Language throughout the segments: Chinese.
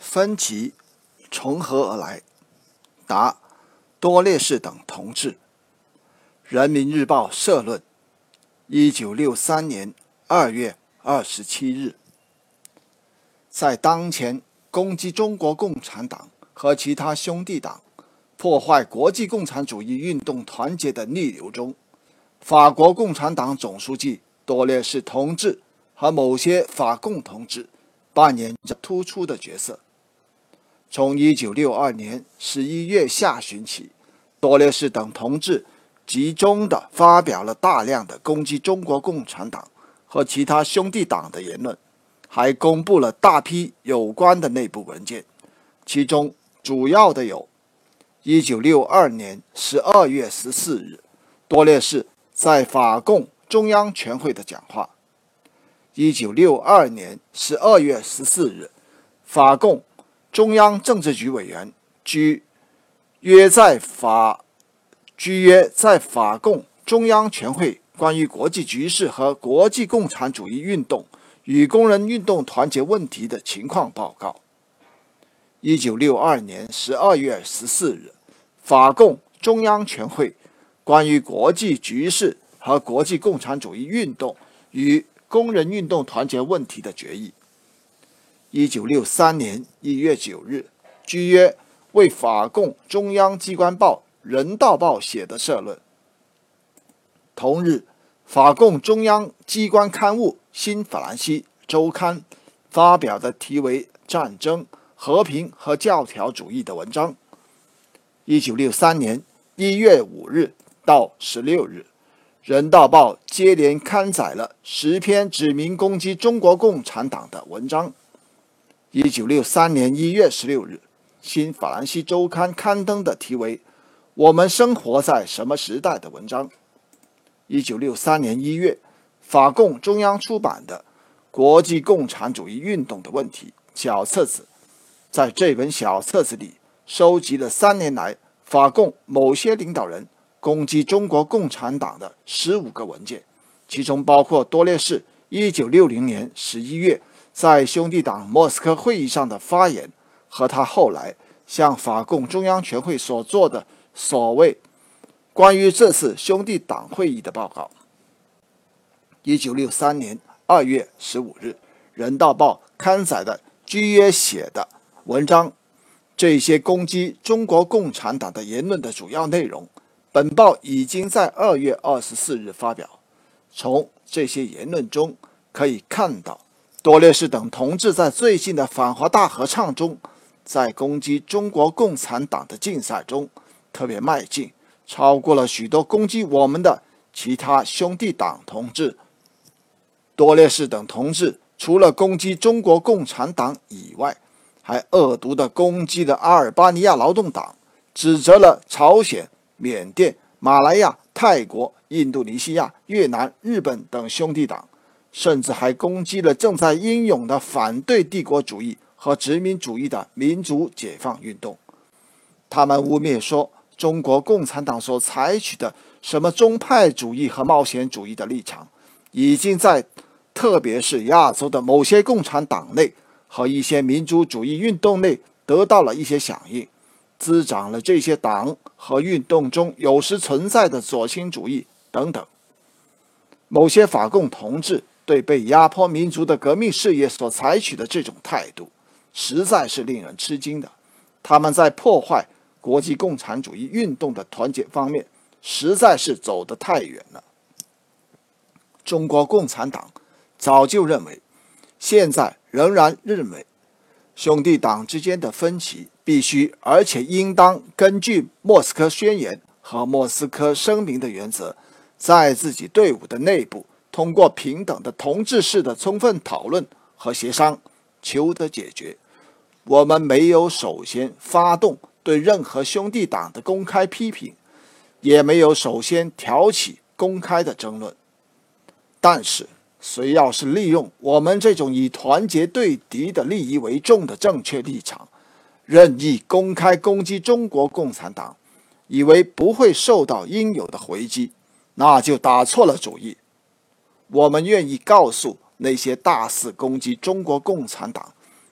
分歧从何而来？答：多列士等同志。人民日报社论，1963年2月27日。在当前攻击中国共产党和其他兄弟党，破坏国际共产主义运动团结的逆流中，法国共产党总书记多列士同志和某些法共同志扮演着突出的角色。从1962年11月下旬起，多列士等同志集中地发表了大量的攻击中国共产党和其他兄弟党的言论，还公布了大批有关的内部文件，其中主要的有1962年12月14日多列士在法共中央全会的讲话；1962年12月14日法共中央政治局委员居约在法共中央全会关于国际局势和国际共产主义运动与工人运动团结问题的情况报告；1962年12月14日法共中央全会关于国际局势和国际共产主义运动与工人运动团结问题的决议；1963年1月9日居约为法共中央机关报《人道报》写的社论。同日，法共中央机关刊物《新法兰西周刊》发表的题为《战争、和平和教条主义》的文章。1963年1月5日到16日，《人道报》接连刊载了10篇指明攻击中国共产党的文章。1963年1月16日，《新法兰西周刊》刊登的题为《我们生活在什么时代》的文章。1963年1月，法共中央出版的《国际共产主义运动的问题》小册子，在这本小册子里收集了3年来法共某些领导人攻击中国共产党的15个文件，其中包括多列士1960年11月在兄弟党莫斯科会议上的发言和他后来向法共中央全会所做的所谓关于这次兄弟党会议的报告。1963年2月15日，《人道报》刊载的居约写的文章，这些攻击中国共产党的言论的主要内容，本报已经在2月24日发表。从这些言论中可以看到，多列士等同志在最近的反华大合唱中，在攻击中国共产党的竞赛中特别迈进，超过了许多攻击我们的其他兄弟党同志。多列士等同志除了攻击中国共产党以外，还恶毒地攻击了阿尔巴尼亚劳动党，指责了朝鲜、缅甸、马来亚、泰国、印度尼西亚、越南、日本等兄弟党，甚至还攻击了正在英勇地反对帝国主义和殖民主义的民族解放运动。他们污蔑说，中国共产党所采取的什么宗派主义和冒险主义的立场，已经在特别是亚洲的某些共产党内和一些民族主义运动内得到了一些响应，滋长了这些党和运动中有时存在的左倾主义等等。某些法共同志对被压迫民族的革命事业所采取的这种态度，实在是令人吃惊的。他们在破坏国际共产主义运动的团结方面，实在是走得太远了。中国共产党早就认为，现在仍然认为，兄弟党之间的分歧必须而且应当根据莫斯科宣言和莫斯科声明的原则，在自己队伍的内部通过平等的同志式的充分讨论和协商求得解决。我们没有首先发动对任何兄弟党的公开批评，也没有首先挑起公开的争论。但是谁要是利用我们这种以团结对敌的利益为重的正确立场，任意公开攻击中国共产党，以为不会受到应有的回击，那就打错了主意。我们愿意告诉那些大肆攻击中国共产党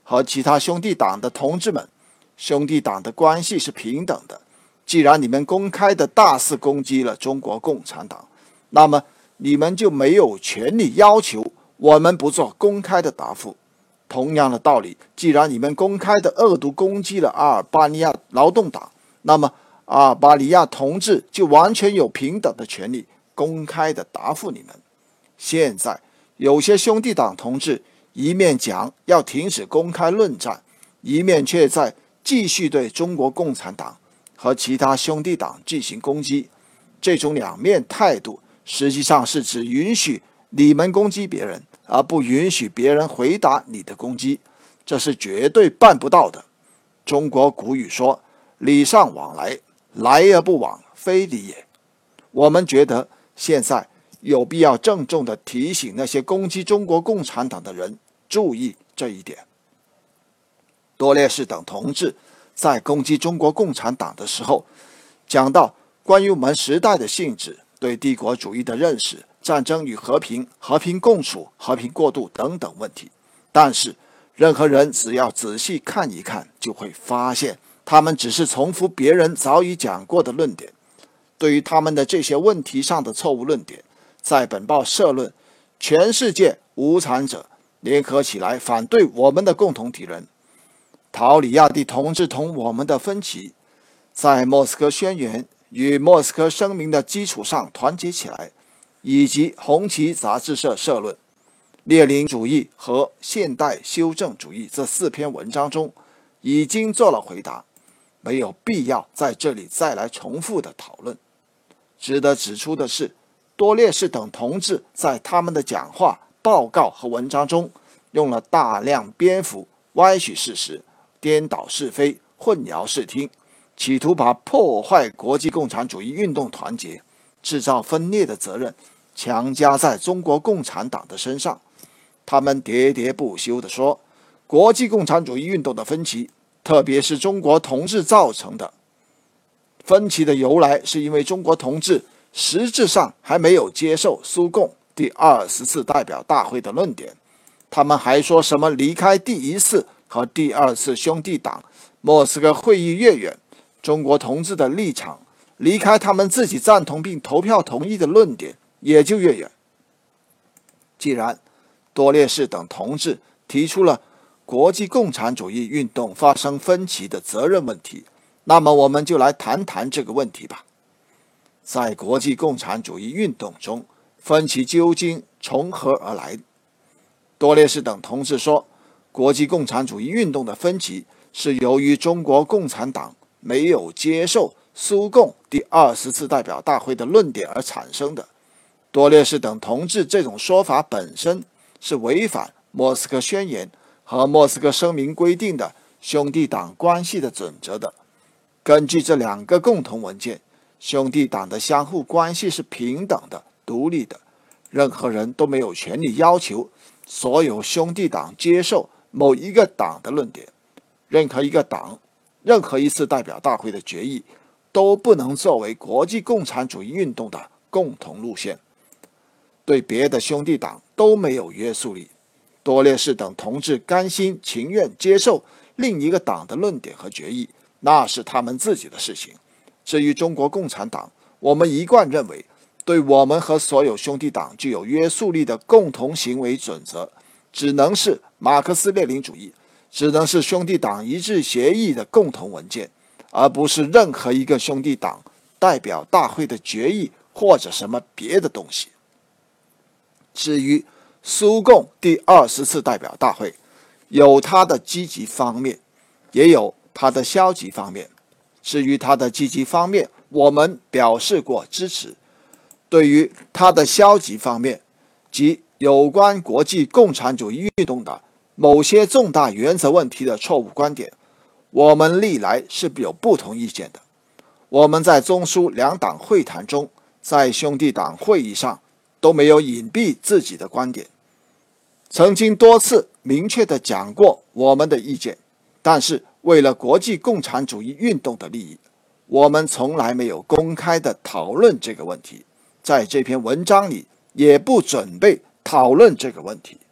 和其他兄弟党的同志们，兄弟党的关系是平等的。既然你们公开的大肆攻击了中国共产党，那么你们就没有权利要求我们不做公开的答复。同样的道理，既然你们公开的恶毒攻击了阿尔巴尼亚劳动党，那么阿尔巴尼亚同志就完全有平等的权利公开的答复你们。现在有些兄弟党同志一面讲要停止公开论战，一面却在继续对中国共产党和其他兄弟党进行攻击。这种两面态度实际上是只允许你们攻击别人，而不允许别人回答你的攻击，这是绝对办不到的。中国古语说，礼尚往来，来而不往非礼也。我们觉得现在有必要郑重地提醒那些攻击中国共产党的人注意这一点。多列士等同志在攻击中国共产党的时候，讲到关于我们时代的性质、对帝国主义的认识、战争与和平、和平共处、和平过渡等等问题。但是任何人只要仔细看一看，就会发现他们只是重复别人早已讲过的论点。对于他们的这些问题上的错误论点，在本报社论，全世界无产者联合起来反对我们的共同敌人。陶里亚蒂同志同我们的分歧，在莫斯科宣言与莫斯科声明的基础上团结起来，以及红旗杂志社社论、列宁主义和现代修正主义这4篇文章中已经做了回答，没有必要在这里再来重复的讨论。值得指出的是，多列士等同志在他们的讲话、报告和文章中用了大量篇幅歪曲事实、颠倒是非、混淆视听，企图把破坏国际共产主义运动团结、制造分裂的责任强加在中国共产党的身上。他们喋喋不休地说，国际共产主义运动的分歧，特别是中国同志造成的。分歧的由来是因为中国同志实质上还没有接受苏共第20次代表大会的论点。他们还说什么离开第1次和第2次兄弟党莫斯科会议越远，中国同志的立场离开他们自己赞同并投票同意的论点也就越远。既然多列士等同志提出了国际共产主义运动发生分歧的责任问题，那么我们就来谈谈这个问题吧。在国际共产主义运动中，分歧究竟从何而来？多列士等同志说，国际共产主义运动的分歧是由于中国共产党没有接受苏共第20次代表大会的论点而产生的。多列士等同志这种说法本身是违反莫斯科宣言和莫斯科声明规定的兄弟党关系的准则的。根据这2个共同文件，兄弟党的相互关系是平等的、独立的，任何人都没有权利要求所有兄弟党接受某一个党的论点。任何一个党、任何一次代表大会的决议都不能作为国际共产主义运动的共同路线，对别的兄弟党都没有约束力。多列士等同志甘心情愿接受另一个党的论点和决议，那是他们自己的事情。至于中国共产党，我们一贯认为，对我们和所有兄弟党具有约束力的共同行为准则，只能是马克思列宁主义，只能是兄弟党一致协议的共同文件，而不是任何一个兄弟党代表大会的决议或者什么别的东西。至于苏共第20次代表大会，有它的积极方面，也有它的消极方面。至于它的积极方面，我们表示过支持。对于它的消极方面，即有关国际共产主义运动的某些重大原则问题的错误观点，我们历来是有不同意见的。我们在中苏2党会谈中，在兄弟党会议上都没有隐蔽自己的观点，曾经多次明确地讲过我们的意见，但是为了国际共产主义运动的利益，我们从来没有公开地讨论这个问题，在这篇文章里也不准备讨论这个问题。